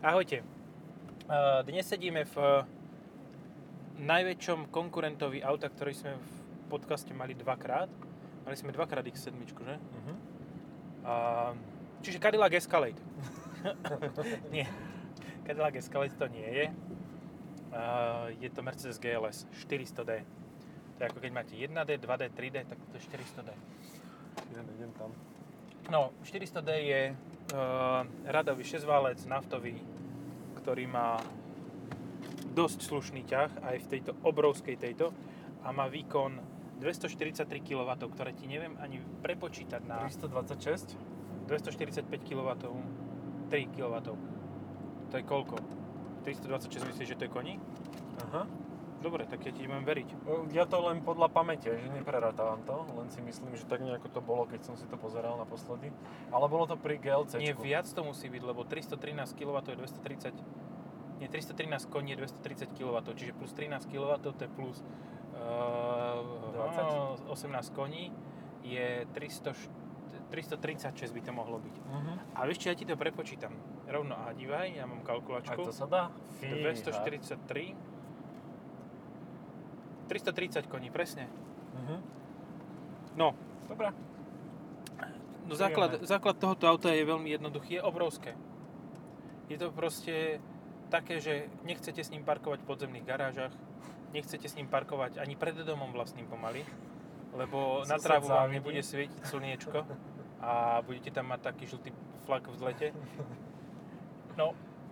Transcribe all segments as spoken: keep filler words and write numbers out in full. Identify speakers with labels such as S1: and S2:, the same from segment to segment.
S1: Ahojte. Uh, Dnes sedíme v uh, najväčšom konkurentovi auta, ktorý sme v podcaste mali dvakrát. Mali sme dvakrát iks sedem, že?
S2: Uh-huh.
S1: Uh, čiže Cadillac Escalade. Nie. Cadillac Escalade to nie je. Uh, je to Mercedes gé el es štyristo dé. To je ako keď máte jeden dé, dva dé, tri dé, tak to je štyristo dé.
S2: Idem, idem tam.
S1: No, štyristo dé je uh, radový šesťválec naftový, ktorý má dosť slušný ťah aj v tejto obrovskej tejto a má výkon dvestoštyridsaťtri kilowattov, ktoré ti neviem ani prepočítať na
S2: tristodvadsaťšesť?
S1: dvestoštyridsaťpäť kilowattov, tri kilowattov. To je koľko? tristodvadsaťšesť myslíš, že to je koní?
S2: Aha.
S1: Dobre, tak ja ti budem veriť.
S2: Ja to len podľa pamäte, že neprerátavam to, len si myslím, že tak nejako to bolo, keď som si to pozeral naposledy. Ale bolo to pri gé el céčku.
S1: Nie, viac to musí byť, lebo tristotrinásť kilowattov je dvestotridsať... Nie, tristotrinásť koní je dvestotridsať kilowattov, čiže plus trinásť kilowattov, to je plus uh,
S2: dvadsať?
S1: No, osemnásť koní, je tristo, tristotridsaťšesť by to mohlo byť.
S2: Uh-huh.
S1: A vieš čo, ja ti to prepočítam. Rovno, a divaj, ja mám kalkulačku.
S2: A to sa dá? Fíha.
S1: dvestoštyridsaťtri tristotridsať koní, presne.
S2: Uh-huh.
S1: No,
S2: Dobre.
S1: no základ, základ tohoto auta je veľmi jednoduchý, je obrovské. Je to proste také, že nechcete s ním parkovať v podzemných garážach, nechcete s ním parkovať ani pred domom vlastným pomaly, lebo na
S2: Sused
S1: trávu vám
S2: závidí.
S1: nebude svietiť slniečko a budete tam mať taký žltý flak v lete. No,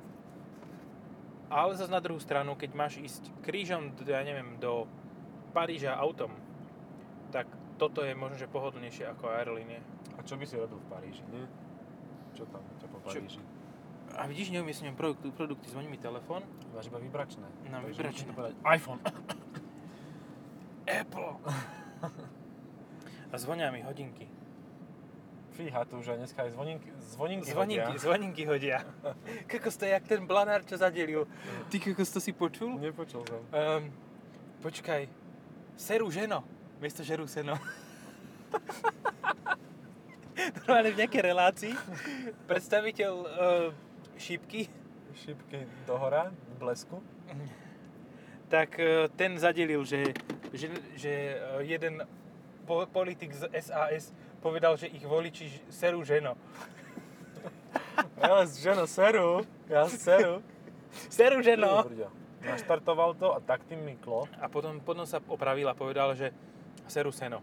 S1: ale zase na druhú stranu, keď máš ísť krížom, ja neviem, do Paríža autom, tak toto je možno, že pohodlnejšie ako aerolínie.
S2: A čo by si robil v Paríži, nie? Čo tam ťa po Paríži?
S1: A vidíš, neumiestňujem produkty, produkty, zvoní mi telefón.
S2: Máš iba vybračné.
S1: No,
S2: Takže
S1: vybračné.
S2: musíte povedať iPhone.
S1: Apple. A zvonia mi hodinky.
S2: Fíha, tu už aj dneska aj zvoninky, zvoninky,
S1: Zvoninky,
S2: hodia.
S1: zvoninky hodia. Kokos, to je jak ten blanár, čo zadelil. Ty kokos, to si počul?
S2: Nepočul som.
S1: Um, počkaj. Seru ženo. Miesto žeru seno. Normálne v nejakej relácii predstaviteľ uh, šípky,
S2: Šípky dohora, blesku.
S1: tak uh, ten zadelil, že, že, že uh, jeden po, politik z es a es povedal, že ich voliči ž- serú ženo.
S2: Ja ženo, seru. Ja seru.
S1: Seru ženo!
S2: Naštartoval to a tak tým myklo.
S1: A potom, potom sa opravil a povedal, že seru seno.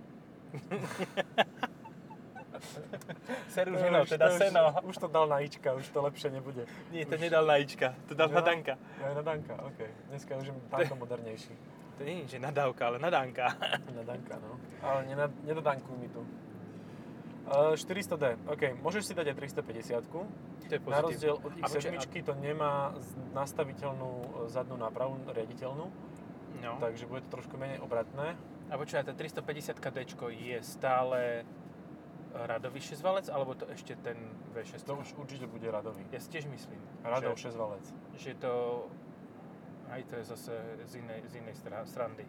S1: Seru ženo,
S2: Už
S1: teda
S2: to-
S1: seno.
S2: Už, už to dal na ička, už to lepšie nebude.
S1: Nie, to
S2: už...
S1: nedal na ička, to dal
S2: Jo?
S1: na Danka.
S2: Ja, na Danka, okej. Okay. Dneska už je Danko modernejší.
S1: To nie je, že nadávka, ale na Danka.
S2: Na Danka, no. Ale nenad, nedodankuj mi tu. Uh, štyristo dé, ok, môžeš si dať aj tristopäťdesiatku.
S1: To je
S2: Na
S1: pozitív.
S2: rozdiel od
S1: A
S2: iks sedem
S1: počkaj,
S2: to nemá z- nastaviteľnú e, zadnú nápravu, riaditeľnú,
S1: No.
S2: takže bude to trošku menej obratné.
S1: A počkaj, tá tristopäťdesiat D je stále radový šesťvalec, alebo to ešte ten vé šesť?
S2: To už určite bude radový.
S1: Ja si tiež myslím,
S2: Radov
S1: že,
S2: šesťvalec.
S1: že to... Aj to je zase z inej, z inej stra- strandy.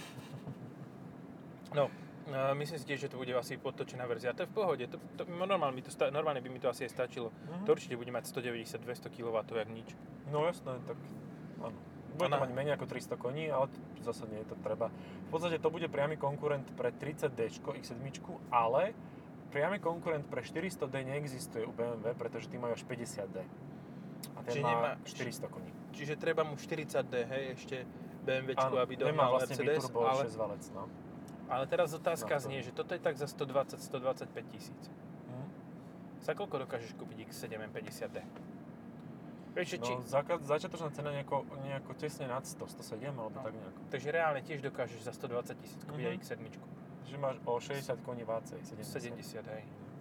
S1: No, e, myslím si tiež, že to bude asi podtočená verzia. To je v pohode. To, to, normálne, mi to sta- normálne by mi to asi aj stačilo.
S2: Mhm.
S1: To určite bude mať stodeväťdesiat až dvesto kilowattov, jak nič.
S2: No jasné, tak áno. Bude to
S1: Áno.
S2: mať menej ako tristo koní, ale to zase nie je to treba. V podstate to bude priamy konkurent pre tridsať dé iks sedem, ale priamy konkurent pre štyristo dé neexistuje u bé em vé, pretože tí majú až päťdesiat dé. A ten
S1: Čiže
S2: má
S1: nemá-
S2: štyristo koní.
S1: Čiže treba mu štyridsať dé, hej, ešte BMWčku,
S2: Áno,
S1: aby
S2: nemá
S1: dohnal
S2: vlastne
S1: Mercedes,
S2: biturbo
S1: ale,
S2: šesťvalec, no.
S1: ale teraz otázka
S2: No, to-
S1: znie, že toto je tak za stodvadsať až stodvadsaťpäť tisíc.
S2: Hm?
S1: Za koľko dokážeš kúpiť iks sedem em päťdesiat dé? Vieš, že či,
S2: No, zaka- začiatočná cena nejako, nejako tesne nad sto, stosedem alebo
S1: No.
S2: tak nejako.
S1: takže reálne tiež dokážeš za stodvadsať tisíc kúpiť
S2: Mhm.
S1: aj iks sedem.
S2: Že máš o šesťdesiat koní vácej, sedemdesiat.
S1: sedemdesiat, hej.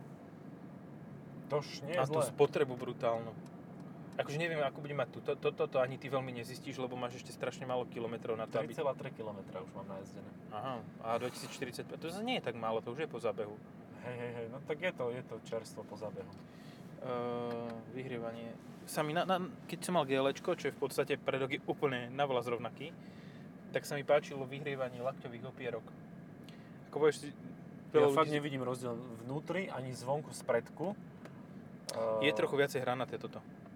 S2: To už nie je
S1: A tú
S2: zlé.
S1: spotrebu brutálnu. Akože neviem, ako bude mať tu. Toto to, to, to ani ty veľmi nezistíš, lebo máš ešte strašne málo kilometrov na to,
S2: tri
S1: aby...
S2: celé tri kilometra už mám najazdené.
S1: Aha, a dvetisícštyridsaťpäť, to zase nie je tak málo, to už je po zábehu.
S2: Hej, hej, hej, no tak je to, je to čerstvo po zábehu.
S1: Uh, vyhrievanie. Sa mi na, na, keď som mal GLčko, čo je v podstate predok je úplne navlas rovnaký, tak sa mi páčilo vyhrievanie lakťových opierok. Ako povieš si...
S2: Ja
S1: veľa
S2: fakt
S1: ľudí-
S2: nevidím rozdiel vnútri, ani zvonku, spredku.
S1: Je trochu viacej hranaté toto.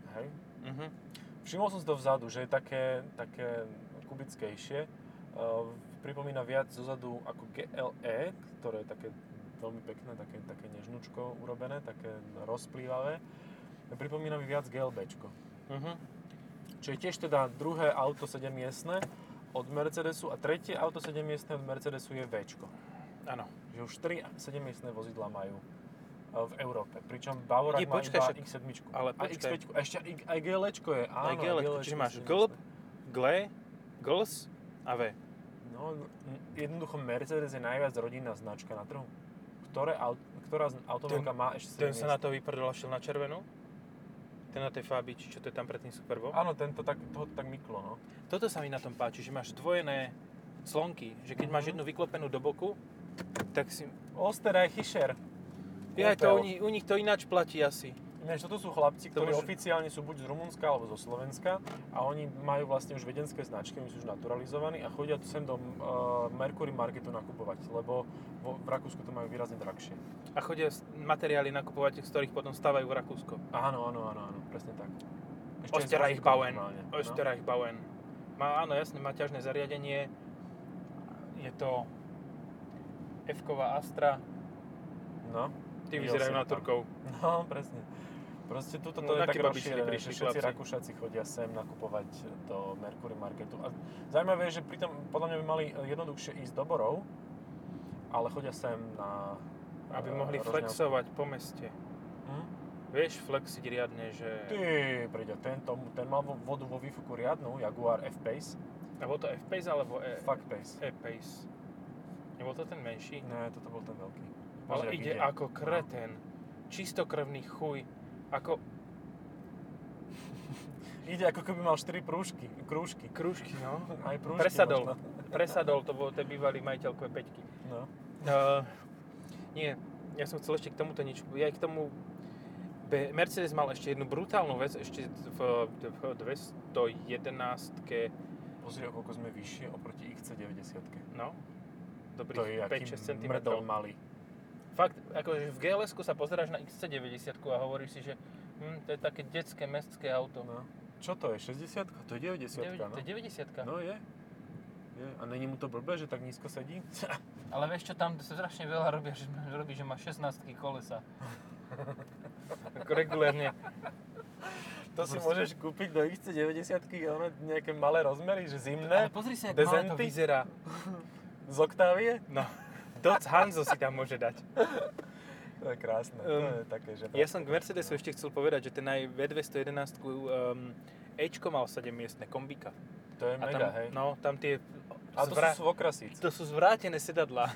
S2: Hej.
S1: Mhm.
S2: Všimol som si to vzadu, že je také, také kubickejšie. Uh, pripomína viac zozadu ako G L E, ktoré je také veľmi pekné, také, také nežnúčko urobené, také rozplývavé. Pripomína mi viac GLBčko.
S1: Mhm.
S2: Čo je tiež teda druhé auto sedemmiestne od Mercedesu a tretie auto sedemmiestne od Mercedesu je Včko.
S1: Áno.
S2: Že už tri sedemmiestne vozidlá majú v Európe. Pričom Bavorák
S1: Nie,
S2: má
S1: počkaj,
S2: iba
S1: však-
S2: iks sedem.
S1: ale
S2: A
S1: počkaj.
S2: iks päť. Ešte aj- aj GLčko je. Áno,
S1: Aj GLčko, čiže máš Glb, Gle, Gls a V.
S2: No, jednoducho Mercedes je najviac rodinná značka na trhu. Ktoré aut- ktorá automobilka má ešte
S1: Ten
S2: sedem
S1: sa na
S2: miest?
S1: to vyprdol a šiel na červenú? Ten na tej Fabii, či čo to je tam pred tým Superbom?
S2: Áno, tento tak, toho tak myklo, no.
S1: Toto sa mi na tom páči, že máš dvojené clonky, že keď
S2: Mhm.
S1: máš jednu vyklopenú do boku, tak si...
S2: Osterreichischer.
S1: Ja, to
S2: Opel.
S1: u, nich, u nich to ináč platí asi.
S2: Ináč, toto sú chlapci,
S1: To
S2: ktorí
S1: môže-
S2: oficiálne sú buď z Rumunska alebo zo Slovenska a oni majú vlastne už vedenské značky, oni sú už naturalizovaní a chodia tu sem do uh, Mercury Marketu nakupovať, lebo vo, v Rakúsku to majú výrazne drahšie.
S1: A chodia s- materiály nakupovať, z ktorých potom stávajú v Rakúsko.
S2: Áno, áno, áno, áno, presne tak. Ešte aj s
S1: Österreich-Bauen.
S2: jazykom normálne, no.
S1: Österreich-Bauen. Má, áno, jasne, má ťažné zariadenie. Je to F-ková Astra.
S2: No.
S1: Tí
S2: Videl
S1: vyzerajú
S2: som
S1: na
S2: tam.
S1: Turkov.
S2: No, presne. Proste tuto to
S1: No,
S2: je
S1: na
S2: tak
S1: kebabíčky
S2: rozšírené, že
S1: prišli
S2: všetci
S1: chlapci.
S2: Rakúšaci chodia sem nakupovať do Mercury Marketu. A zaujímavé je, že pritom podľa mňa by mali jednoduchšie ísť do Borov, ale chodia sem na
S1: Aby
S2: eh,
S1: mohli
S2: Rožňavsku.
S1: flexovať po meste.
S2: Hm?
S1: Vieš flexiť riadne, že...
S2: Ty, príde, tento, ten mal vo- vodu vo výfuku riadnu, Jaguar F-Pace.
S1: A bol to F-Pace alebo E-
S2: Fuck Pace.
S1: E-Pace? Nebol to ten menší?
S2: Ne, toto bol ten veľký.
S1: Ale
S2: Pozri, jak
S1: ide ako kreten. Čistokrvný chuj. Ako
S2: Ide ako keby mal štyri prúžky, krúžky.
S1: krúžky, no.
S2: Aj prúžky
S1: Presadol.
S2: možno.
S1: Presadol, to bol ten bývalý majiteľ kvé päť.
S2: No.
S1: Uh, nie, ja som chcel ešte k tomuto niečo. Ja aj k tomu... Be- Mercedes mal ešte jednu brutálnu vec, ešte v, v dvestojedenásť.
S2: Pozri, o koľko sme vyššie oproti iks cé deväťdesiat.
S1: No,
S2: To
S1: dobrých
S2: je
S1: päť
S2: aký
S1: šesť
S2: mrdol
S1: centimetrov.
S2: malý.
S1: Fakt, akože v gé el esku sa pozeráš na iks cé deväťdesiat a hovoríš si, že hm, to je také detské, mestské auto.
S2: No. Čo to je? šesťdesiat? To je deväťdesiat,
S1: Deväť-
S2: no?
S1: To je deväťdesiat.
S2: No je. je. A není mu to blbé, že tak nízko sedí?
S1: Ale vieš čo, tam strašne veľa robia, že robí, že má šestnásť kolesa. Ako regulérne.
S2: To si môžeš kúpiť do iks cé deväťdesiat ono nejaké malé rozmery, že
S1: Ale
S2: zimné,
S1: pozri sa, jak malé to
S2: Dezenty?
S1: vyzerá.
S2: z Octavie.
S1: No, Dodge Hanzo si tam môže dať.
S2: To je krásne. to
S1: Um,
S2: je také, že...
S1: Ja som k Mercedesu ešte chcel povedať, že ten aj vé dvestojedenásť um, Ečko mal sedemmiestne kombíka.
S2: To je
S1: A
S2: mega,
S1: tam,
S2: hej.
S1: no, tam tie...
S2: A to
S1: zvra-
S2: sú svokrasíc.
S1: to sú zvrátené sedadlá.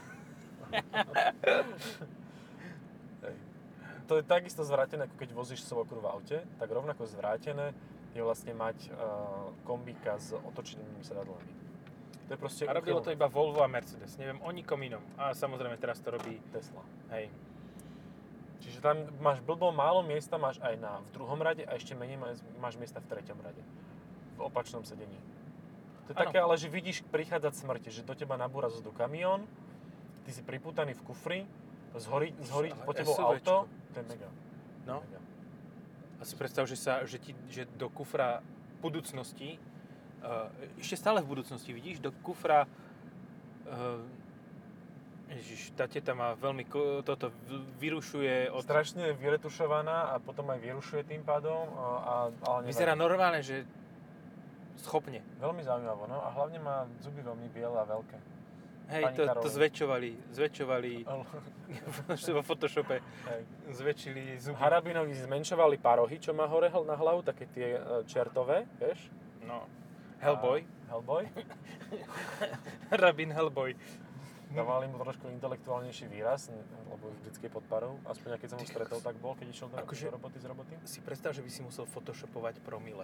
S2: Hej. To je takisto zvrátené, ako keď vozíš svokru v aute, tak rovnako zvrátené je vlastne mať uh, kombíka s otočenými sedadlami. To je proste
S1: A robilo to
S2: úchylné.
S1: iba Volvo a Mercedes. Neviem o nikom inom. A samozrejme teraz to robí,
S2: Tesla.
S1: hej.
S2: Čiže tam máš blbo málo miesta, máš aj na, v druhom rade a ešte menej máš, máš miesta v treťom rade. V opačnom sedení. To je
S1: Áno.
S2: také, ale že vidíš prichádzať smrť, že do teba nabúra zozadu kamión, ty si pripútaný v kufri, zhorí, zhorí
S1: Ale
S2: po tebou
S1: SUVčko.
S2: auto, to je mega.
S1: No.
S2: Mega.
S1: A si predstav, že, sa, že, ti, že do kufra budúcnosti, uh, ešte stále v budúcnosti vidíš, do kufra uh, Ježiš, tá teta má veľmi, ko- toto v- vyrušuje od...
S2: Strašne je vyretušovaná a potom aj vyrušuje tým pádom, a, ale nevadí.
S1: Vyzerá normálne, že schopne.
S2: Veľmi zaujímavo, no a hlavne má zuby veľmi biele a veľké.
S1: Hej,
S2: Pani
S1: to, to
S2: Karolín.
S1: zväčšovali, zväčšovali vo Photoshope,
S2: Hej.
S1: zväčšili zuby.
S2: Harabinovi zmenšovali parohy, čo má hore na hlavu, také tie e, čertové, vieš?
S1: No. Hellboy.
S2: A Hellboy.
S1: Rabin Hellboy.
S2: Dávali mu trošku intelektuálnejší výraz, lebo vždycky pod parou. Aspoň keď som ho
S1: Ty
S2: stretol,
S1: kokos.
S2: tak bol, keď išiel do,
S1: Akože-
S2: do roboty z roboty.
S1: Si predstav, že by si musel photoshopovať promile.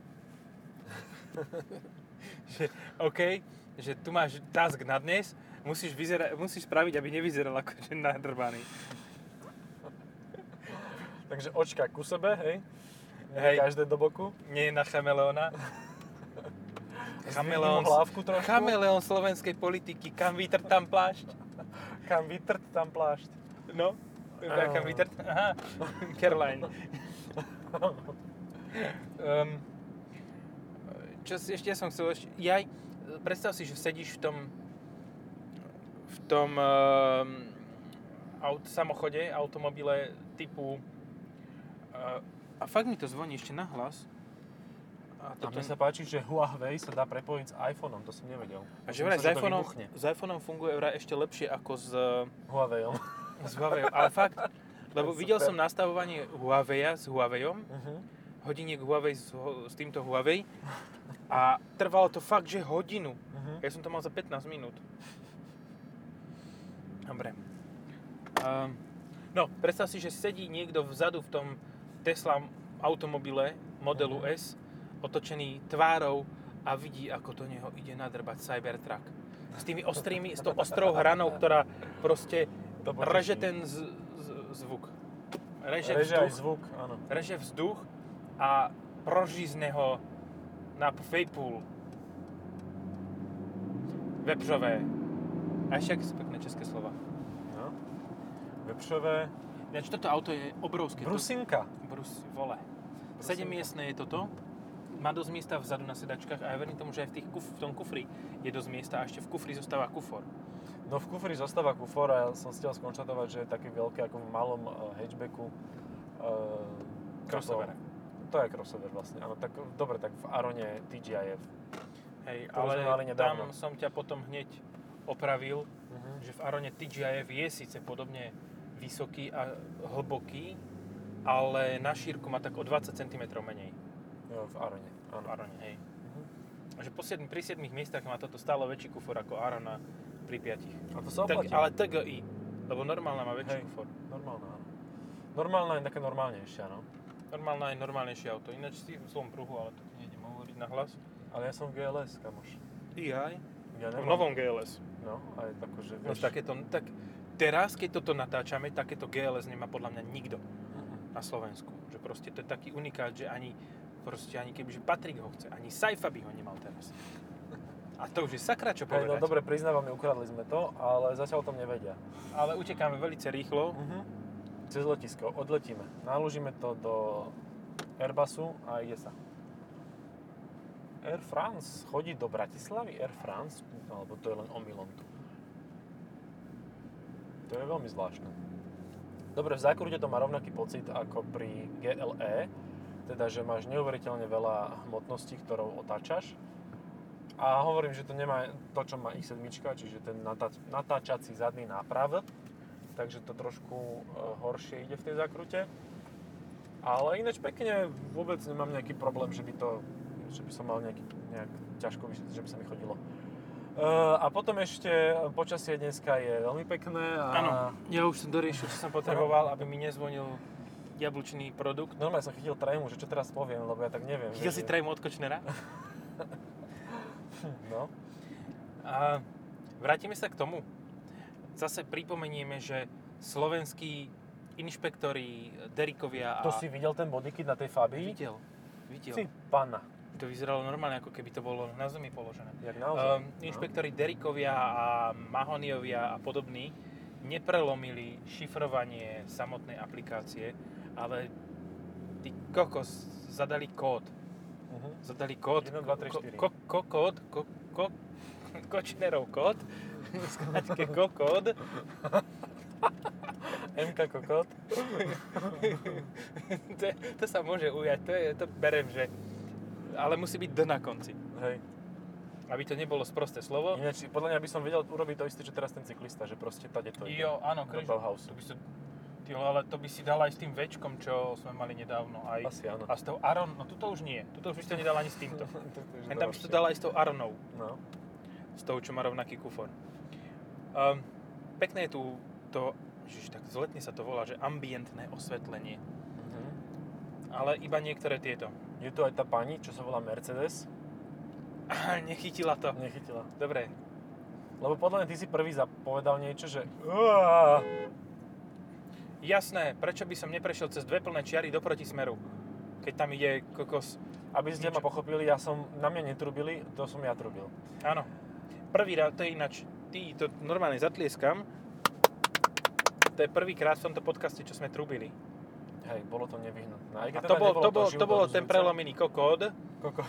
S1: že, OK, že tu máš task na dnes, musíš, vyzera- musíš spraviť, aby nevyzeral ako že nadrbaný.
S2: Takže očka ku sebe, hej?
S1: Hej.
S2: hej. Každé do boku.
S1: Nie je na chameleóna.
S2: Chameleón.
S1: Chameleón,
S2: Hlávku trošku.
S1: chameleón slovenskej politiky, kam vytrt tam plášť.
S2: Kam vytrt, tam plášť.
S1: No, kam vytrt, aha, Caroline. um, čo si, ešte ja som chcel ešte... Jaj, predstav si, že sedíš v tom v tom um, aut, samochode, automobile typu uh, a fakt mi to zvoní ešte nahlas.
S2: A to mne sa páči, že Huawei sa dá prepojiť s iPhoneom, to som nevedel.
S1: A že vraj s iPhoneom, s iPhoneom funguje vraj ešte lepšie ako s
S2: Huaweiom.
S1: S Huaweiom, ale fakt, lebo videl som nastavovanie Huaweia s Huaweiom,
S2: Uh-huh.
S1: hodiniek Huawei s, s týmto Huawei a trvalo to fakt, že hodinu.
S2: Uh-huh.
S1: Ja som to mal za pätnásť minút. Dobre. Um, no, predstav si, že sedí niekto vzadu v tom Tesla automobile modelu
S2: Uh-huh.
S1: S, otočený tvárou a vidí, ako do neho ide nadrbať Cybertruck. S tými ostrými, s tou ostrou hranou, ktorá proste
S2: To
S1: reže ten z, z, zvuk. Reže,
S2: Reže aj
S1: vzduch,
S2: zvuk, áno.
S1: reže vzduch a proží z neho na vejpůl. Vepřové. A ešte aké sú pekné české slova.
S2: No. Vepřové.
S1: Ináč toto auto je obrovské.
S2: Brusinka.
S1: To, brus, vole. Sedemmiestne je toto. Má dosť miesta vzadu na sedačkách a ja verím tomu, že aj v, tých kuf, v tom kufri je dosť miesta a ešte v kufri zostáva kufor.
S2: No v kufri zostáva kufor a ja som chcel skonštatovať, že je taký veľký ako v malom uh, hatchbacku. Uh,
S1: Crossover.
S2: To, to je crossover vlastne. Áno, tak dobre, tak v Arone té gé í ef.
S1: Hej,
S2: To už sme mali
S1: ale
S2: nedávno.
S1: tam som ťa potom hneď opravil,
S2: Uh-huh.
S1: že v Arone té gé í ef je síce podobne vysoký a hlboký, ale na šírku má tak o dvadsať centimetrov menej.
S2: Jo, v Arone, áno.
S1: V Arone, hej.
S2: Uh-huh.
S1: A že po siedmi, pri siedmich miestach má toto stále väčší kufor ako Arona pri piatich.
S2: A to sa
S1: Tak,
S2: oplatí.
S1: ale té gé í, lebo normálna má väčší
S2: Hej.
S1: kufor.
S2: Normálna, áno. Normálna je taká normálnejšia, no.
S1: Normálna je normálnejšie auto. Ináč si v zlom pruhu, ale to ti nejdem hovoriť na hlas.
S2: Ale ja som v gé el es, kamoš.
S1: I aj?
S2: Ja
S1: V novom gé el es.
S2: No, aj akože,
S1: No,
S2: vieš...
S1: takéto, tak teraz, keď toto natáčame, takéto gé el es nemá podľa mňa nikto
S2: Uh-uh.
S1: na Slovensku. Že proste to je taký unikát, že ani, proste ani kebyže Patrik ho chce, ani Saifa by ho nemal teraz. A to už je sakra čo
S2: Hej,
S1: povedať.
S2: no dobre, priznávam, ukradli sme to, ale zatiaľ o tom nevedia.
S1: Ale utekáme veľmi rýchlo.
S2: Uh-huh. Cez letisko, odletíme. Naložíme to do Airbusu a ide sa. Air France chodí do Bratislavy? Air France? Alebo to je len omylom tu? To je veľmi zvláštne. Dobre, v zákrute to má rovnaký pocit ako pri gé el é, teda, že máš neuveriteľne veľa hmotností, ktorou otáčaš. A hovorím, že to nemá to, čo má iks sedem, čiže ten natáč, natáčací zadný náprav, takže to trošku e, horšie ide v tej zákrute. Ale ináč pekne, vôbec nemám nejaký problém, že by to, že by som mal nejaký, nejak ťažko, že by sa mi chodilo. E, a potom ešte počasie dneska je veľmi pekné. A...
S1: Áno, ja už som doriešil, čo som potreboval, aby mi nezvonil jablčný produkt.
S2: Normálne som chytil trému, že čo teraz poviem, lebo ja tak neviem.
S1: Chytil
S2: vieš,
S1: si
S2: že-
S1: trému od Kočnera?
S2: No.
S1: A vrátime sa k tomu. Zase pripomenieme, že slovenskí inšpektori, derikovia a...
S2: To si videl ten bodykit na tej Fabii?
S1: Videl, videl.
S2: Si pana.
S1: To vyzeralo normálne, ako keby to bolo na zemi položené.
S2: Jak naozaj.
S1: Um, inšpektori Derikovia a Mahoniovia a podobní neprelomili šifrovanie samotnej aplikácie, ale tí kokos zadali kód.
S2: Uh-huh.
S1: Zadali kód.
S2: jeden, dva, tri, štyri.
S1: Ko, ko, kód. Ko, ko, Kočnerov kód. Skladke ko kód.
S2: em ká kokot.
S1: to, to sa môže ujať. To, je, to berem, že... Ale musí byť D na konci.
S2: Hej.
S1: Aby to nebolo sprosté slovo.
S2: Ináč, podľa mňa by som vedel urobiť to isté, čo teraz ten cyklista, že proste tade to ide.
S1: Jo, áno,
S2: Do
S1: križ.
S2: Bauhausu.
S1: To by si, ty, ale to by si dal aj s tým Včkom, čo sme mali nedávno. Aj,
S2: Asi áno.
S1: a s tou Aron, no tuto už nie. Tuto už by si to nedal ani s týmto.
S2: To je už
S1: Len tam by si to
S2: horšie.
S1: dal aj s tou Aronou.
S2: No.
S1: S tou, čo má rovnaký kufor. Um, pekné je tu to, žiž, tak zletne sa to volá, že ambientné osvetlenie.
S2: Uh-huh.
S1: Ale iba niektoré tieto.
S2: Je tu aj tá pani, čo sa volá Mercedes.
S1: Nechytila to.
S2: Nechytila.
S1: Dobre.
S2: Lebo podľa mňa ty si prvý zapovedal niečo, že Uá!
S1: Jasné, prečo by som neprešiel cez dve plné čiary do protismeru? Keď tam ide kokos...
S2: Aby ste
S1: Niečo.
S2: ma pochopili, ja som, na mňa netrubili, to som ja trubil.
S1: Áno. Prvý raz, to je ináč, ty to normálne zatlieskam. To je prvýkrát v tomto podcaste, čo sme trúbili.
S2: Hej, bolo to nevyhnutné. Aj keď
S1: A
S2: teda
S1: to bol,
S2: nebolo
S1: to bol,
S2: život
S1: to bol ten
S2: odužujúce.
S1: prelomený kokód.
S2: Koko.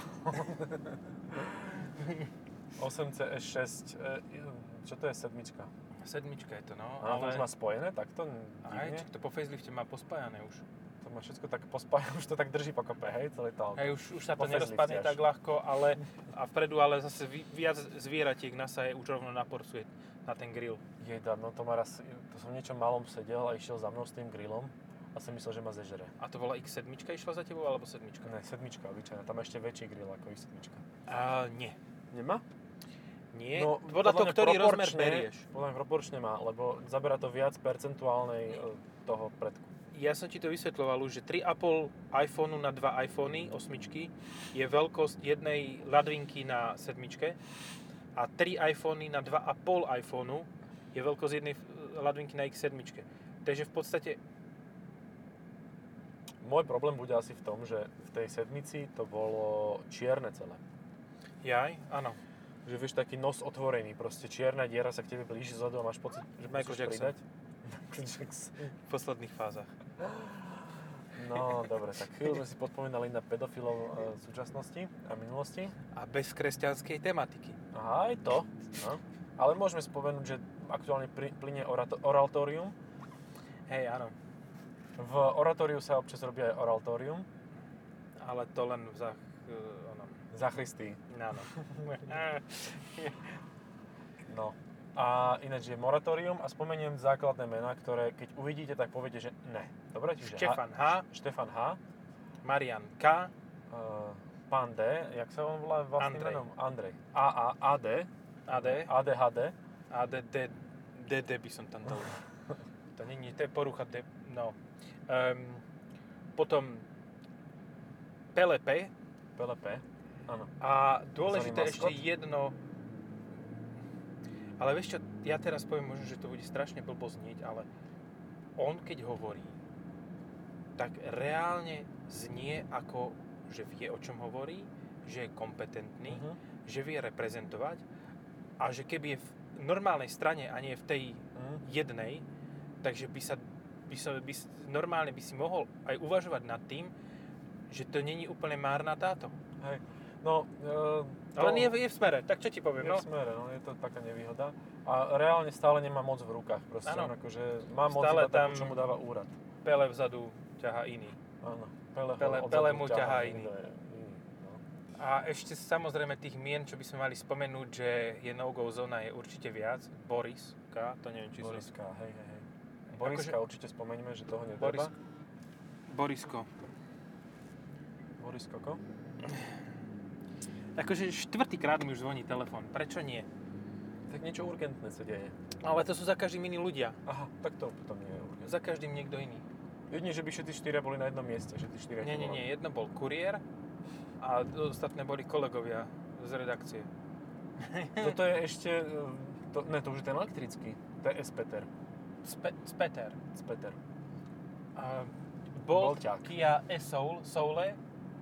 S2: osem cé es šesť, e, čo to je sedmička?
S1: Sedmička je to, no.
S2: A
S1: ale...
S2: už má spojené takto?
S1: Aj,
S2: Divne?
S1: čak to po facelifte má pospájané už.
S2: To má všetko tak pospájane, už to tak drží pokope, hej, celé to auto.
S1: Hej, už, už sa to
S2: Po facelifte
S1: nerozpadne
S2: až.
S1: tak ľahko, ale a vpredu ale zase vi, viac zvieratiek nasaje už rovno naporcuje na ten grill.
S2: Jejda, no to ma raz, to som v niečom malom sedel a išiel za mnou s tým grillom a som myslel, že ma zežere.
S1: A to bola iks sedem išla za tebou, alebo sedmička?
S2: Ne, sedmička obyčajná, tam má ešte väčší grill ako iks sedem.
S1: A nie.
S2: Nemá?
S1: Nie,
S2: No,
S1: podľa toho,
S2: mňa
S1: ktorý rozmer
S2: proporčne-
S1: berieš.
S2: Podľa mňa proporčne má, lebo zabera to viac percentuálnej e, toho predku.
S1: Ja som ti to vysvetľoval už, že tri a pol iPhoneu na dva iPhony, osmičky, je veľkosť jednej ladvinky na sedmičke a tri iPhony na dva a pol iPhoneu je veľkosť jednej ladvinky na iks sedem. Takže v podstate,
S2: Môj problém bude asi v tom, že v tej sedmici to bolo čierne celé.
S1: jaj, áno.
S2: Že vieš, taký nos otvorený, proste čierna diera sa k tebe blíži zadu a máš pocit, že
S1: Michael
S2: musíš
S1: Jackson.
S2: pridať. Michael Jackson.
S1: V posledných fázach.
S2: No, dobre, tak chvíľu sme si podpomenali na pedofilov e, súčasnosti a minulosti.
S1: A bez kresťanskej tematiky.
S2: Aha, aj to. No. Ale môžeme spomenúť, že aktuálne pri- plynie orato- oratórium.
S1: Hej, áno.
S2: V oratóriu sa občas robí aj oratórium.
S1: Ale to len v zach... Uh, ono.
S2: Zachristí.
S1: Áno.
S2: No. A ináč je moratórium a spomeniem základné mená, ktoré keď uvidíte, tak poviete, že ne. Dobre? Čiže
S1: Štefan H,
S2: H, Štefan H,
S1: Marian K,
S2: uh, pán D, jak sa on volá vlastným
S1: Andrej.
S2: menom? Andrej. A A A D,
S1: A D,
S2: A D H D,
S1: A D D D D by som tam dal. To nie, nie, to je porucha, to je, no. Um, potom Pele P
S2: Pele P, áno.
S1: a dôležité
S2: Zvaný
S1: ešte
S2: maskot?
S1: jedno, ale vieš čo, ja teraz poviem možno, že to bude strašne blbo znieť, ale on keď hovorí, tak reálne znie ako, že vie o čom hovorí, že je kompetentný,
S2: Mhm.
S1: že vie reprezentovať a že keby je v normálnej strane a nie v tej
S2: Mhm.
S1: jednej, takže by sa by sa, by, s- normálne by si mohol aj uvažovať nad tým, že to není úplne márna táto.
S2: Hej. No, e, to
S1: Ale nie je v smere, tak čo ti poviem,
S2: je
S1: no?
S2: v smere, no, je to taká nevýhoda. A reálne stále nemá moc v rukách, proste
S1: Áno.
S2: on akože má moc
S1: Stále
S2: iba takú,
S1: tam-
S2: čo mu dáva úrad.
S1: Pele vzadu ťaha iný.
S2: Áno. Pele, ho
S1: Pele-
S2: odzadu
S1: Pele mu ťahá iný.
S2: niekto je iný, no.
S1: A ešte samozrejme tých mien, čo by sme mali spomenúť, že je no-go zóna, je určite viac. Boris K, to neviem, či som...
S2: Boriska, hej, hej, hej. Boriska
S1: Akože-
S2: určite spomeňme, že toho netreba.
S1: Boris, Borisko.
S2: Borisko, ko?
S1: Akože štvrtýkrát mi už zvoní telefón. Prečo nie?
S2: Tak niečo urgentné sa deje.
S1: Ale to sú za každým iní ľudia.
S2: Aha, tak to potom nie je urgentné.
S1: Za každým niekto iný.
S2: Jedine, že by všetci štyria boli na jednom mieste, že tí štyria
S1: Nie,
S2: ti
S1: nie,
S2: volali.
S1: nie. Jedno bol kuriér a ostatné boli kolegovia z redakcie.
S2: Toto je ešte, e, to, ne, to už je ten elektrický, to je S-Peter.
S1: Spe, Speter.
S2: S-Peter.
S1: A Bolt,
S2: Bolťák.
S1: Kia e-Soul, Soule.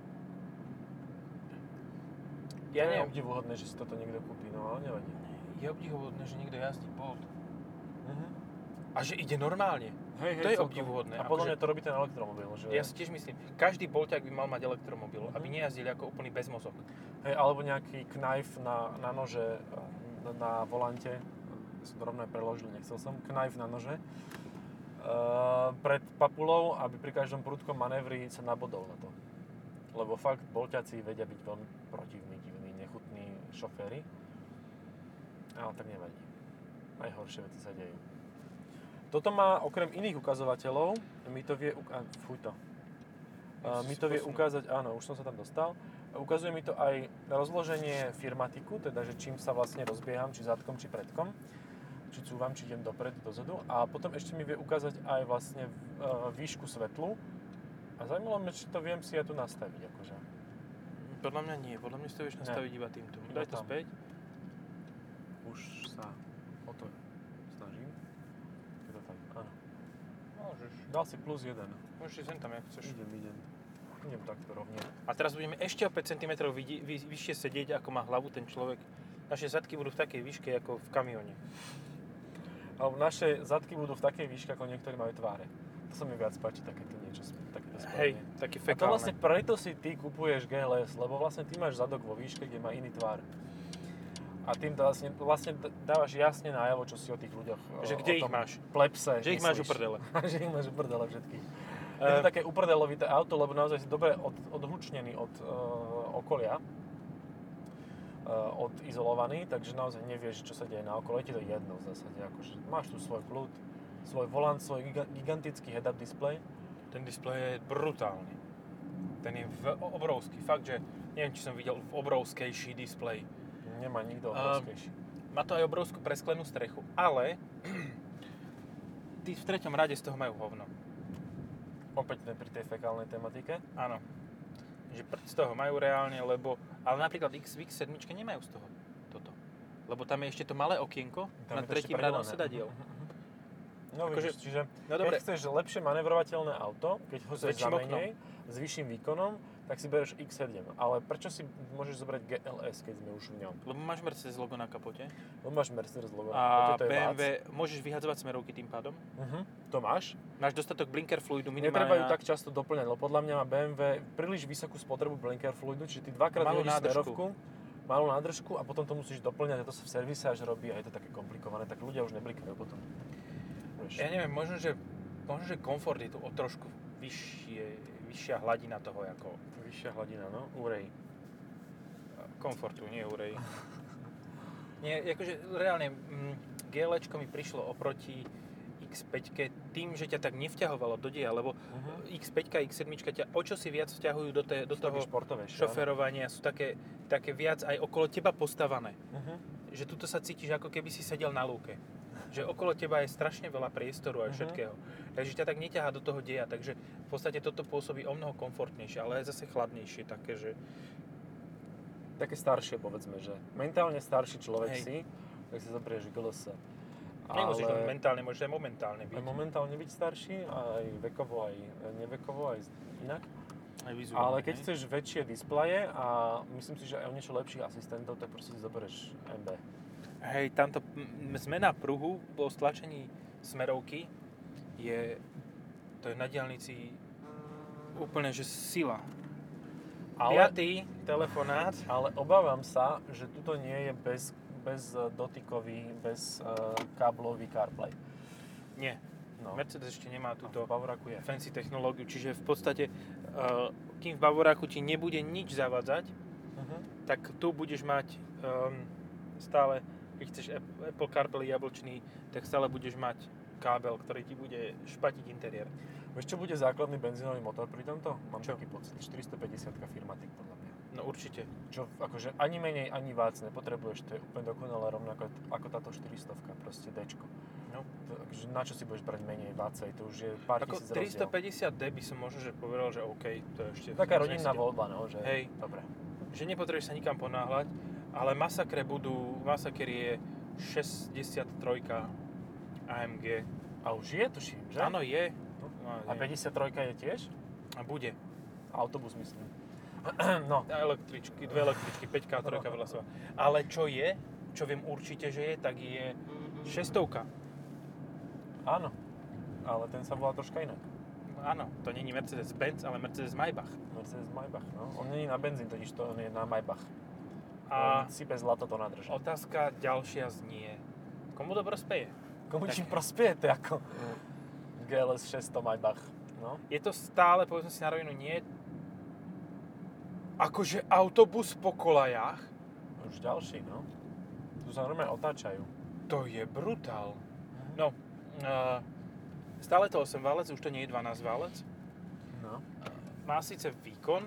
S1: Ja
S2: to je
S1: neviem.
S2: obdivuhodné, že si toto niekto kúpi, no ale nevadí.
S1: Je obdivuhodné, že niekto jazdí Bolt.
S2: Mhm.
S1: A že ide normálne.
S2: Hej,
S1: To je
S2: celkom.
S1: obdivuhodné,
S2: A podľa
S1: akože-
S2: mňa to robí ten elektromobil, že...
S1: Ja si tiež myslím, každý Bolťák by mal mať elektromobil,
S2: Mhm.
S1: aby nejazdili ako úplný bezmozog.
S2: Hej, alebo nejaký knife na, na nože, na, na volante, som to rovno aj preložil, nechcel som, knife na nože, uh, pred papulou, aby pri každom prudkom manévri sa nabodol na to. Lebo fakt Bolťaci vedia byť veľmi protivní, divní, nechutní šoféry. Ale tak nevadí. Najhoršie veci sa dejú. Toto má okrem iných ukazovateľov, mi to vie, uk- a, fuj to. Uh, mi to vie ukázať, áno, už som sa tam dostal. Ukazuje mi to aj rozloženie firmatiku, teda že čím sa vlastne rozbieham, či zadkom, či predkom. Či cúvam, či idem dopredu, dozadu. A potom ešte mi vie ukázať aj vlastne uh, výšku svetlu. A zaujímalo ma, či to viem si ja tu nastaviť, akože.
S1: Podľa mňa nie, podľa mňa si to vieš
S2: Ne.
S1: nastaviť iba týmto.
S2: Iba
S1: Daj to
S2: tam.
S1: späť.
S2: Už sa o to snažím. Je to tam, áno.
S1: Môžeš.
S2: Dal si plus jeden.
S1: Môžeš si sem tam, jak chceš.
S2: Idem, idem. Idem takto rovne.
S1: A teraz budeme ešte o päť centimetrov vidí, vy, vyššie sedieť, ako má hlavu ten človek. Naše zadky budú v takej výške, ako v kamióne.
S2: Alebo naše zadky budú v takej výške, ako niektorí majú tváre. To sa mi viac páči, takéto niečo, takéto
S1: Hej,
S2: spojenie.
S1: taký
S2: A to
S1: fekálne.
S2: vlastne preto si ty kupuješ gé el es, lebo vlastne ty máš zadok vo výške, kde má iný tvar. A tým to vlastne, vlastne dávaš jasne najavo, čo si o tých ľuďoch,
S1: Že
S2: o
S1: kde ich
S2: tom
S1: máš?
S2: plebse
S1: Že ich máš
S2: myslíš.
S1: uprdele.
S2: Že ich máš uprdele všetkých.
S1: Uh,
S2: Je to také uprdelovité auto, lebo naozaj si dobre od, odhlučnený od uh, okolia, uh, odizolovaný, takže naozaj nevieš, čo sa deje na okolo. Je ti to jedno v zásade, akože máš tu svoj kľud, svoj volant, svoj giga- gigantický head-up display.
S1: Ten displej je brutálny. Ten je v, obrovský. Fakt, že neviem, či som videl v obrovskejší displej.
S2: Nemá nikto obrovskejší.
S1: Uh, má to aj obrovskú presklenú strechu, ale tí v treťom rade z toho majú hovno.
S2: Opäť pri tej fekálnej tematike.
S1: Áno. Že prd z toho majú reálne, lebo... Ale napríklad X V X sedem nemajú z toho toto. Lebo tam je ešte to malé okienko
S2: Tam
S1: na
S2: je to ešte
S1: tretím radom
S2: predelané.
S1: sedadiel.
S2: No
S1: Akože-
S2: vidíš, čiže
S1: No
S2: keď
S1: dobre,
S2: chceš lepšie manevrovateľné auto, keď ho
S1: S
S2: chceš za
S1: väčším oknom.
S2: menej, s vyšším výkonom, tak si bereš iks sedem. Ale prečo si môžeš zobrať gé el es, keď sme už v ňom?
S1: lebo máš Mercedes logo na kapote
S2: Lebo máš Mercedes logo na
S1: a
S2: kapote, to je
S1: bé em
S2: vác.
S1: vé môžeš vyhadzovať smerovky tým pádom.
S2: Uh-huh. To máš.
S1: Máš dostatok blinker fluidu
S2: Netreba
S1: minimálne
S2: ju
S1: na...
S2: tak často doplňať, lebo podľa mňa má bé em vé príliš vysokú spotrebu blinker fluidu, čiže ty dvakrát
S1: Malú
S2: vyhodíš
S1: nádržku.
S2: smerovku, malú nádržku a potom to musíš doplňať a to sa v servise až robí a je to také komplikované, tak ľudia už neblikajú potom. Vieš.
S1: Ja neviem, možno, že, možno, že komfort je tu o trošku vyššie, vyššia hladina toho, ako
S2: Vyššia hladina, no, úrej.
S1: komfortu, nie urej. Nie, akože reálne mm, GLčko mi prišlo oproti iks päť tým, že ťa tak nevťahovalo do deja, lebo
S2: Uh-huh.
S1: iks päť a iks sedem ťa o čosi viac vťahujú do, te, do
S2: Sú také
S1: toho
S2: športovejšie, áno.
S1: šoferovania, sú také, také viac aj okolo teba postavané.
S2: Uh-huh.
S1: Že tuto sa cítiš, ako keby si sedel na lúke. Že okolo teba je strašne veľa priestoru a
S2: Mhm.
S1: všetkého. Takže ťa tak neťahá do toho deja, takže v podstate toto pôsobí o mnoho komfortnejšie, ale aj zase chladnejšie, také, že
S2: Také staršie, povedzme, že mentálne starší človek
S1: Hej.
S2: si, tak si zoberieš gé el es.
S1: nemusíš len mentálne, môžeš aj momentálne byť.
S2: aj momentálne byť starší, aj vekovo, aj nevekovo, aj inak.
S1: Aj vizuálne,
S2: Ale keď
S1: hej.
S2: chceš väčšie displeje a myslím si, že aj o niečo lepších asistentov, tak proste si zoberieš em bé.
S1: Hej, tamto m- zmena pruhu po stlačení smerovky je, to je na diaľnici úplne, že sila.
S2: Ale,
S1: Piatý telefonát.
S2: ale obávam sa, že tuto nie je bez, bez dotykový, bez uh, káblový CarPlay.
S1: Nie,
S2: No.
S1: Mercedes ešte nemá
S2: V
S1: túto
S2: Bavoraku je.
S1: fancy technológiu, čiže v podstate, uh, kým v Bavoráku ti nebude nič zavádzať,
S2: Uh-huh.
S1: tak tu budeš mať um, stále, keď chceš Apple CarPlay jablčný, tak stále budeš mať kábel, ktorý ti bude špatiť interiér.
S2: Vieš, čo bude základný benzínový motor pri tomto? Mám
S1: Čo?
S2: taký pocit. štyristopäťdesiat Firmatic podľa mňa.
S1: No určite.
S2: Čo akože ani menej, ani vác nepotrebuješ. To je úplne dokonalé rovnako ako táto štyristo, proste Dčko.
S1: No.
S2: To, akože na čo si budeš brať menej vácej? To už je pár
S1: Ako
S2: tisíc rozdiel.
S1: tristopäťdesiat dé by som možno že povedal, že OK, to je ešte...
S2: Taká
S1: moc
S2: rodinná
S1: nesedí.
S2: voľba, no, že...
S1: Hej.
S2: Dobre.
S1: Že nepotrebuješ sa nikam ponáhľať, ale Massacre budú, Massacre je šesťdesiattri á em gé.
S2: A už je, tuším, že?
S1: Áno, je. No,
S2: A
S1: je.
S2: päťdesiattri je tiež?
S1: A bude.
S2: Autobus, myslím. No.
S1: A električky, dve električky, päťka a trojka vedľa seba. Ale čo je, čo viem určite, že je, tak je šestovka.
S2: Áno. Ale ten sa volá troška inak.
S1: Áno, to nie je Mercedes-Benz, ale Mercedes-Maybach.
S2: Mercedes Maybach, no. On nie je na benzín, totiž to on je na Maybach.
S1: A
S2: On sype zlato to nádrže.
S1: otázka ďalšia znie. Komu to prospeje?
S2: Komu
S1: Tak-
S2: čím prospieje to ako gé el es šesťsto Maybach, no?
S1: Je to stále, povedzme si na rovinu, nie akože autobus po kolajách?
S2: Už ďalší, no. Tu sa normálne otáčajú.
S1: To je brutál. No, uh, stále to osem válec, už to nie je dvanásť válec.
S2: No.
S1: Má síce výkon,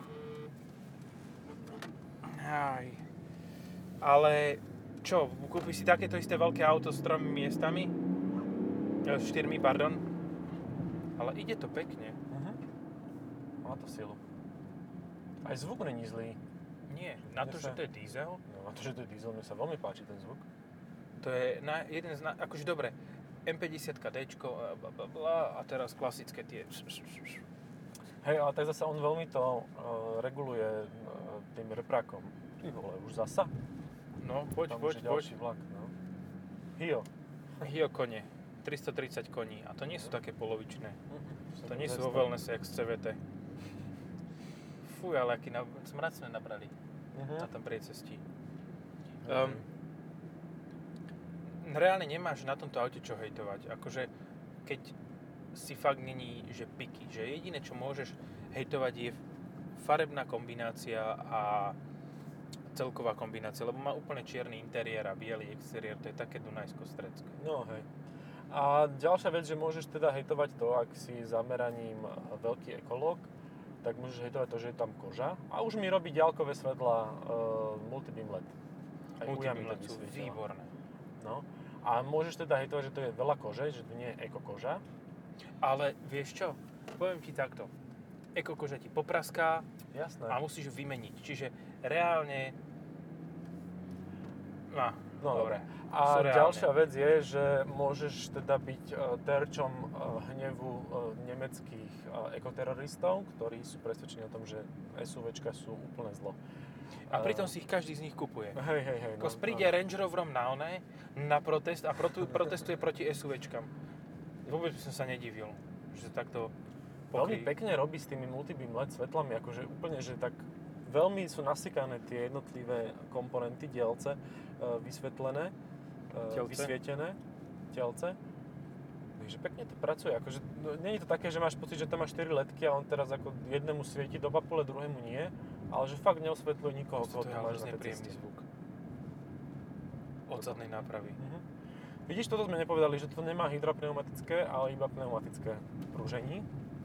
S1: aj, ale čo, kúpiš si takéto isté veľké auto s tromi miestami, e, s štyrmi, pardon, ale ide to pekne.
S2: Uh-huh. Má to silu. Aj zvuk není zlý.
S1: Nie, na to,
S2: Mne
S1: že
S2: sa-
S1: to je diesel,
S2: No, na to, že to je diesel, mne sa veľmi páči ten zvuk.
S1: to je na, jeden z, na, akože dobre, em päťdesiat Dčko, a bla, bla, bla, a teraz klasické tie.
S2: Hej, ale tak zase on veľmi to uh, reguluje uh, tým reprákom. Ty vole, už zasa?
S1: No, poď,
S2: Tam
S1: poď,
S2: už je
S1: poď.
S2: ďalší vlak, no. Hio.
S1: Hio kone, štyristotridsať koní a to nie sú také polovičné.
S2: Mhm.
S1: To nie sú vo wellnesse jak z cé vé té. Fuj, ale aký na... smrad sme nabrali
S2: Uh-huh.
S1: na tom priecestí. Um, reálne nemáš na tomto aute čo hejtovať. Akože, keď si fakt není, že piky. Že jediné, čo môžeš hejtovať je farebná kombinácia a celková kombinácia, lebo má úplne čierny interiér a biely exteriér, to je také dunajsko-stredské.
S2: No hej. A ďalšia vec, že môžeš teda hejtovať to, ak si zameraním veľký ekológ, tak môžeš hejtovať to, že je tam koža. A už mi robí ďalkové svetla uh, multibeam el é dé. Aj
S1: Multibeam
S2: ujami
S1: el é dé
S2: to
S1: sú
S2: vysvietila.
S1: výborné.
S2: No. A môžeš teda hejtovať, že to je veľa kože, že to nie je eko koža.
S1: Ale vieš čo? Poviem ti takto. Eko koža ti popraská
S2: Jasné.
S1: a musíš ju vymeniť. Čiže reálne... No,
S2: No
S1: dobre.
S2: A
S1: Sú reálne.
S2: ďalšia vec je, že môžeš teda byť uh, terčom uh, hnevu uh, nemeckých uh, ekoteroristov, ktorí sú presvedčení o tom, že SUVčka sú úplné zlo.
S1: A pritom si ich každý z nich kupuje.
S2: Hej, hej, hej.
S1: Kos príde Range Roverom na oné, na protest a protu, protestuje proti SUVčkam. Vôbec by som sa nedivil, že takto
S2: Veľmi
S1: pokry...
S2: pekne robí s tými multibeam el é dé svetlami, akože úplne, že tak veľmi sú nasýkané tie jednotlivé komponenty, dielce, uh, vysvetlené, uh,
S1: Telce.
S2: vysvietené, telce. Takže pekne to pracuje, akože no, nie je to také, že máš pocit, že tam máš štyri ledky a on teraz ako jednému svieti do papule, druhému nie, ale že fakt neosvetľuje nikoho, koho
S1: To je
S2: tam máš
S1: hrozne
S2: na tej
S1: príjemný
S2: ceste.
S1: zvuk. Od zadnej nápravy.
S2: Mhm. Vidíš, toto sme nepovedali, že to nemá hydropneumatické, ale iba pneumatické prúžení.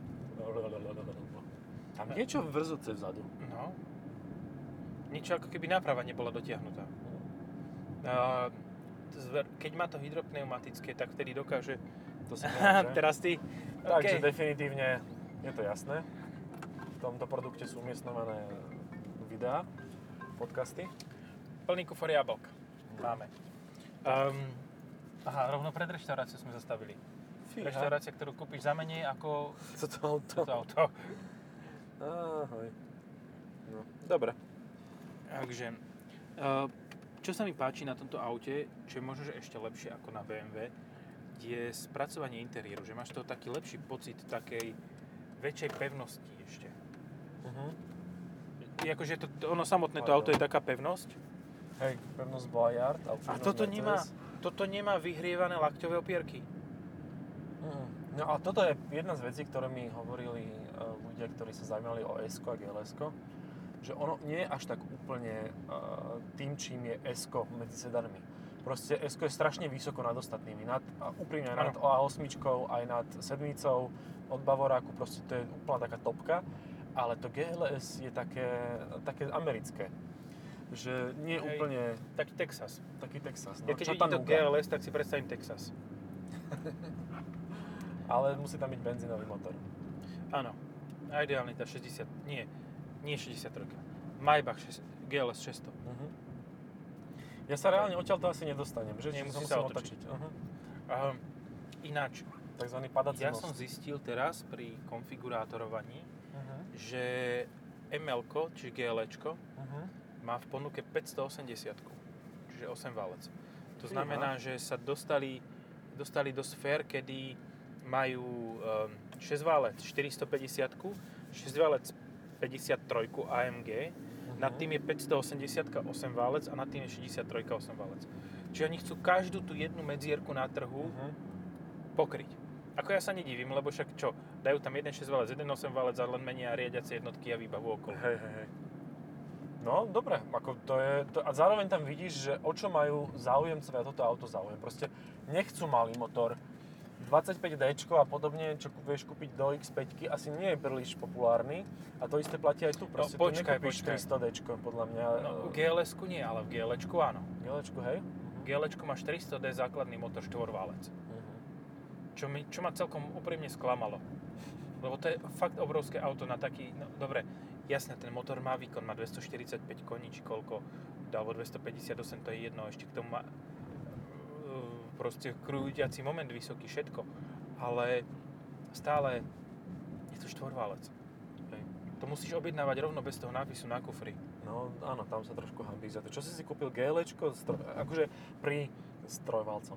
S2: Tam niečo vrzuce vzadu.
S1: No. Niečo ako keby náprava nebola dotiahnutá. Uh, zver, keď má to hydropneumatické, tak vtedy dokáže...
S2: To si neviem, že?
S1: Teraz ty...
S2: Takže
S1: OK.
S2: definitívne je to jasné. V tomto produkte sú umiestňované videá, podcasty.
S1: Plný kufor jablk. Máme. Um, aha, rovno pred reštauráciou sme zastavili.
S2: Fíha.
S1: Reštaurácia, ktorú kúpiš za menej ako
S2: Toto auto.
S1: toto auto.
S2: Ahoj. No, dobre.
S1: Takže, uh, čo sa mi páči na tomto aute, čo je možno že ešte lepšie ako na bé em vé, je spracovanie interiéru, že máš toho taký lepší pocit takej väčšej pevnosti ešte.
S2: Uh-huh.
S1: Je akože to, to, ono samotné to
S2: Pardon.
S1: auto je taká pevnosť
S2: Hej, pevnosť Boyard.
S1: a toto nemá, toto nemá vyhrievané lakťové opierky.
S2: Mm. No a toto je jedna z vecí, ktoré mi hovorili uh, ľudia, ktorí sa zaujímali o S-ko a gé el es-ko, že ono nie je až tak úplne uh, tým, čím je S-ko medzi sedanmi. Proste S-ko je strašne vysoko nad ostatnými, nad, a úprimne aj nad á osem, aj nad sedmicou od Bavoráku, proste to je úplná taká topka, ale to gé el es je také, také americké. Že nie
S1: Hej.
S2: úplne
S1: Taký Texas.
S2: taký Texas. No,
S1: Ja keď vidím to
S2: Chattanooga.
S1: gé el es, tak si predstavím Texas.
S2: Ale musí tam byť benzínový motor.
S1: Áno. A ideálne tá šesťdesiat, nie, nie šesťdesiattri. Maybach gé el es šesťsto.
S2: Uh-huh. Ja sa reálne odtiaľ to asi nedostanem, že?
S1: Nie,
S2: Čiže
S1: musí
S2: sa
S1: sa
S2: musím
S1: otočiť.
S2: Uh-huh.
S1: Um, ináč,
S2: Takzvaný padací
S1: ja
S2: most.
S1: som zistil teraz pri konfigurátorovaní,
S2: Uh-huh.
S1: že em elko, čiže gé el éčko,
S2: Uh-huh.
S1: má v ponuke päťstoosemdesiat, čiže osem válec. To
S2: Fíha.
S1: znamená, že sa dostali, dostali do sfér, kedy majú um, šesť válec štyristopäťdesiat, šesť válec päťdesiattri á em gé,
S2: Uh-huh.
S1: nad tým je päťstoosemdesiat osem válec a nad tým je šesťdesiattri osem válec. Čiže oni chcú každú tú jednu medzierku na trhu
S2: Uh-huh.
S1: pokryť. Ako ja sa nedivím, lebo však čo, dajú tam jeden šesť válec, jeden osem válec a len menia riadiace jednotky a výbavu okolo.
S2: Hej, hej, hej. No, dobre, ako to je, to, a zároveň tam vidíš, že o čo majú záujemcovia toto auto záujem. Proste nechcú malý motor. dvadsaťpäť déčko a podobne, čo vieš kúpiť do iks päť, asi nie je príliš populárny. A to isté platí aj tu. Proste
S1: No, počkaj,
S2: tu nekúpiš
S1: počkaj.
S2: tristo déčko, podľa mňa.
S1: No, u gé el esku nie, ale v gé el éčku áno.
S2: Gelečku, hej?
S1: gé el éčko má štyristo dé základný motor štvorválec.
S2: Uh-huh.
S1: Čo, mi, čo ma celkom úprimne sklamalo. Lebo to je fakt obrovské auto na taký, no dobre, jasne ten motor má výkon, má dvestoštyridsaťpäť koní, či koľko, alebo dvestopäťdesiatosem, to je jedno, ešte k tomu má uh, proste krúťací moment vysoký, všetko. Ale stále je to štvorválec.
S2: Hej.
S1: To musíš objednávať rovno bez toho nápisu na kufri.
S2: No áno, tam sa trošku hambíš za to. Čo si si kúpil GLčko, stro... akože pri s trojvalcom.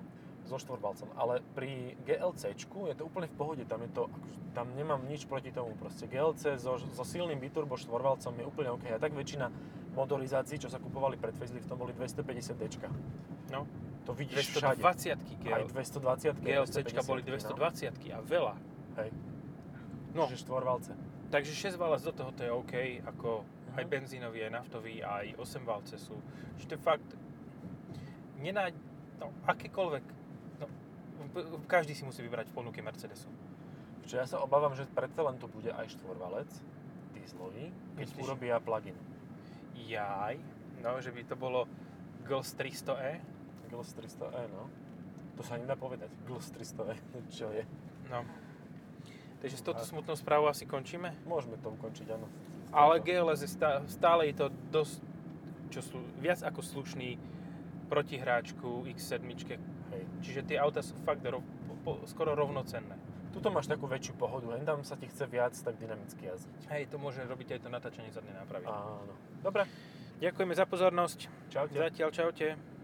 S2: so štvorvalcom, ale pri GLCčku je to úplne v pohode, tam je to, akože, tam nemám nič proti tomu, proste G L C so, so silným biturbo štvorvalcom je úplne OK, a tak väčšina motorizácií, čo sa kupovali pred faceliftom, boli dvestopäťdesiat dečka.
S1: No.
S2: To vidíš všade.
S1: dvestodvadsiatky G L.
S2: Aj dvestodvadsiatky,
S1: GLCčka boli dvestodvadsiatky a veľa.
S2: Hej.
S1: No.
S2: Čiže štvorvalce.
S1: Takže šesťvalec do toho to je OK, ako
S2: Mhm.
S1: aj benzínový, aj naftový, aj osemvalce sú. Čiže to je fakt, nenáď, no akékoľvek, no každý si musí vybrať v ponuke Mercedesu.
S2: Čiže ja sa obávam, že predsa len to bude aj štvorvalec, dieselový, keď
S1: Myslíš?
S2: urobia plug-in.
S1: Jaj, no, že by to bolo G L S tristo E.
S2: G L S tristo E, no. To sa nedá povedať. G L S tristo E, čo je?
S1: No. Takže s touto smutnou správou asi končíme.
S2: Môžeme to ukončiť, áno.
S1: Ale G L S je stále, stále je to dosť, čo sú viac ako slušný protihráčku X sedem.
S2: Hej.
S1: Čiže tie auta sú fakt rov, po, po, skoro rovnocenné.
S2: Tuto máš takú väčšiu pohodu, hen tam sa ti chce viac tak dynamicky jazdiť.
S1: Hej, to môže robiť aj to natáčanie zadnej nápravy.
S2: Áno. Dobre.
S1: Ďakujeme za pozornosť.
S2: Čaute.
S1: Zatiaľ čaute.